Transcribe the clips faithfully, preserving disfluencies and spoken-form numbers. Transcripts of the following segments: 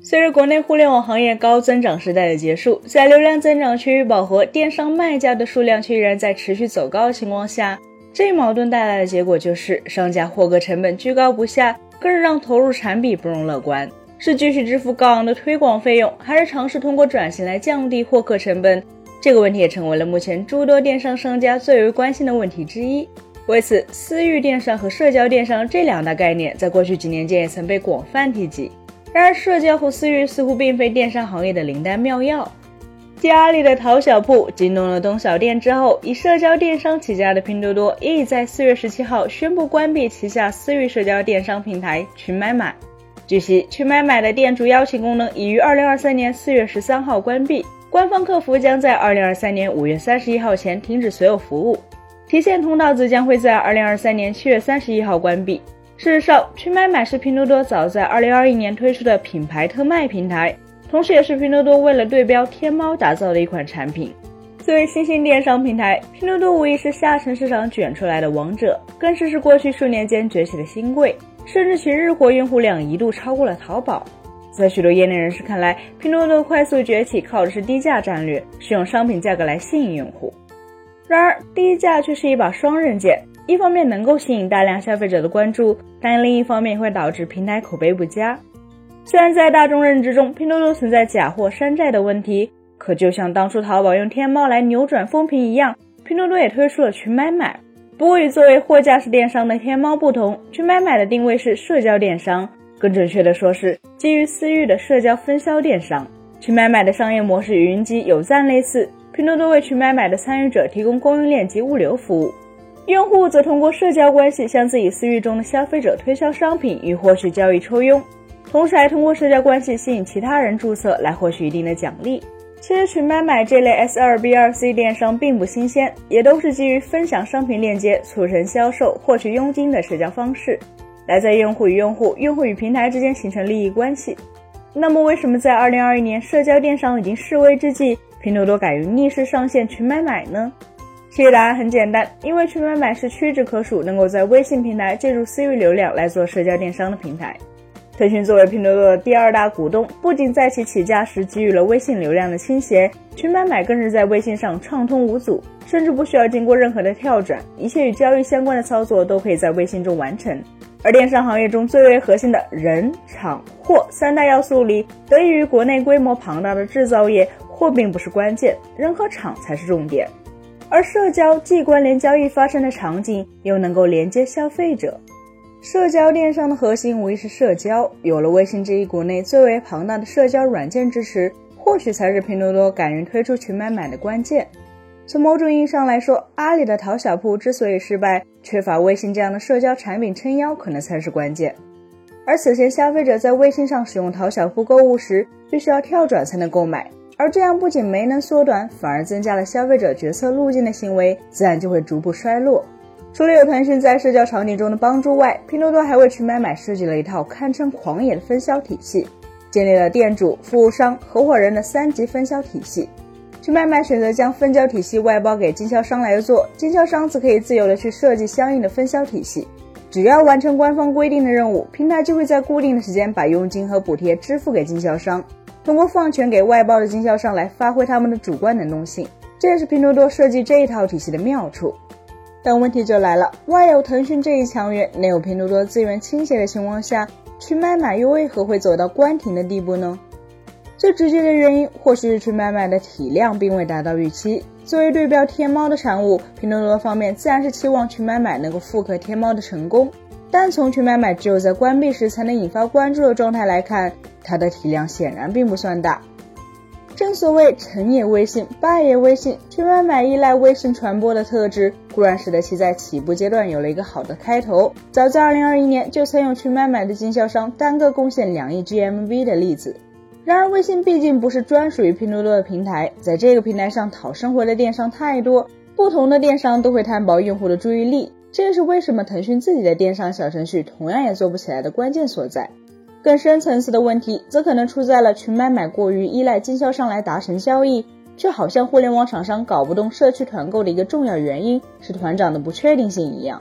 随着国内互联网行业高增长时代的结束，在流量增长趋于饱和，电商卖家的数量却依然在持续走高的情况下，这一矛盾带来的结果就是商家获客成本居高不下，更是让投入产比不容乐观。是继续支付高昂的推广费用，还是尝试通过转型来降低获客成本？这个问题也成为了目前诸多电商商家最为关心的问题之一。为此，私域电商和社交电商这两大概念在过去几年间也曾被广泛提及。然而，社交和私域似乎并非电商行业的灵丹妙药。继阿里的淘小铺、京东的东小店之后，以社交电商起家的拼多多也已在四月十七号宣布关闭旗下私域社交电商平台群买买。据悉，群买买的店主邀请功能已于二零二三年四月十三号关闭，官方客服将在二零二三年五月三十一号前停止所有服务，提现通道则将会在二零二三年七月三十一号关闭。事实上，群买买是拼多多早在二零二一年推出的品牌特卖平台，同时也是拼多多为了对标天猫打造的一款产品。作为新兴电商平台，拼多多无疑是下沉市场卷出来的王者，更是是过去数年间崛起的新贵，甚至其日活用户量一度超过了淘宝。在许多业内人士看来，拼多多的快速崛起靠的是低价战略，是用商品价格来吸引用户。然而，低价却是一把双刃剑，一方面能够吸引大量消费者的关注，但另一方面也会导致平台口碑不佳。虽然在大众认知中，拼多多存在假货山寨的问题，可就像当初淘宝用天猫来扭转风评一样，拼多多也推出了群买买。不过与作为货架式电商的天猫不同，群买买的定位是社交电商，更准确的说是基于私域的社交分销电商。群买买的商业模式与云集、有赞类似，拼多多为群买买的参与者提供供应链及物流服务，用户则通过社交关系向自己私域中的消费者推销商品与获取交易抽佣，同时还通过社交关系吸引其他人注册来获取一定的奖励。其实群买买这类 S 二 B 二 C 电商并不新鲜，也都是基于分享商品链接、促成销售、获取佣金的社交方式，来在用户与用户、用户与平台之间形成利益关系。那么为什么在二零二一年社交电商已经式微之际，拼多多敢于逆势上线群买买呢？其实答案很简单，因为群买买是屈指可数能够在微信平台借助私域流量来做社交电商的平台。腾讯作为拼多多的第二大股东，不仅在其起家时给予了微信流量的倾斜，群买买更是在微信上畅通无阻，甚至不需要经过任何的跳转，一切与交易相关的操作都可以在微信中完成。而电商行业中最为核心的人、场、货三大要素里，得益于国内规模庞大的制造业，货并不是关键，人和场才是重点。而社交既关联交易发生的场景，又能够连接消费者。社交电商的核心无疑是社交，有了微信这一国内最为庞大的社交软件支持，或许才是拼多多敢于推出群买买的关键。从某种意义上来说，阿里的淘小铺之所以失败，缺乏微信这样的社交产品撑腰可能才是关键。而此前消费者在微信上使用淘小铺购物时，必须要跳转才能购买，而这样不仅没能缩短，反而增加了消费者决策路径的行为，自然就会逐步衰落。除了有腾讯在社交场景中的帮助外，拼多多还为群买买设计了一套堪称狂野的分销体系，建立了店主、服务商、合伙人的三级分销体系。群买买选择将分销体系外包给经销商来做，经销商则可以自由地去设计相应的分销体系。只要完成官方规定的任务，平台就会在固定的时间把佣金和补贴支付给经销商，通过放权给外包的经销商来发挥他们的主观能动性，这也是拼多多设计这一套体系的妙处。但问题就来了，外有腾讯这一强援，内有拼多多资源倾斜的情况下，群买买又为何会走到关停的地步呢？最直接的原因或许是群买买的体量并未达到预期。作为对标天猫的产物，拼多多方面自然是期望群买买能够复刻天猫的成功，但从群买买只有在关闭时才能引发关注的状态来看，它的体量显然并不算大。正所谓成也微信，败也微信，群买买依赖微信传播的特质，固然使得其在起步阶段有了一个好的开头。早在二零二一年就曾有群买买的经销商单个贡献两亿 G M V 的例子。然而微信毕竟不是专属于拼多多的平台，在这个平台上讨生活的电商太多，不同的电商都会摊薄用户的注意力，这也是为什么腾讯自己的电商小程序同样也做不起来的关键所在。更深层次的问题则可能出在了群买买过于依赖经销商来达成交易，却好像互联网厂商搞不动社区团购的一个重要原因是团长的不确定性一样。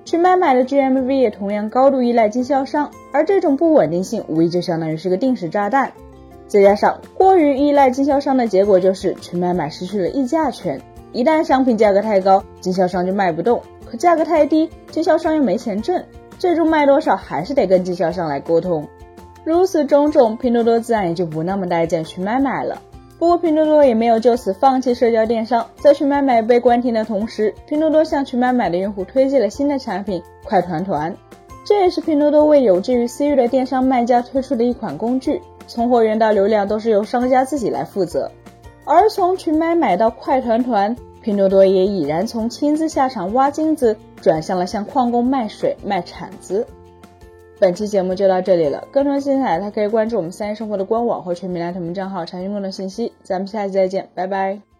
去买买的 G M V 也同样高度依赖经销商，而这种不稳定性无疑就相当于是个定时炸弹。再加上过于依赖经销商的结果就是去买买失去了议价权，一旦商品价格太高，经销商就卖不动，可价格太低，经销商又没钱挣，最终卖多少还是得跟经销商来沟通。如此种种，拼多多自然也就不那么待见去买买了。不过拼多多也没有就此放弃社交电商，在去买买被关停的同时，拼多多向去买买的用户推荐了新的产品快团团，这也是拼多多为有志于私域的电商卖家推出的一款工具，从货源到流量都是由商家自己来负责。而从去买买到快团团，拼多多也已然从亲自下场挖金子转向了向矿工卖水卖铲子。本期节目就到这里了，更多精彩它可以关注我们三一生活的官网或全民来同名账号查询更多信息。咱们下期再见，拜拜。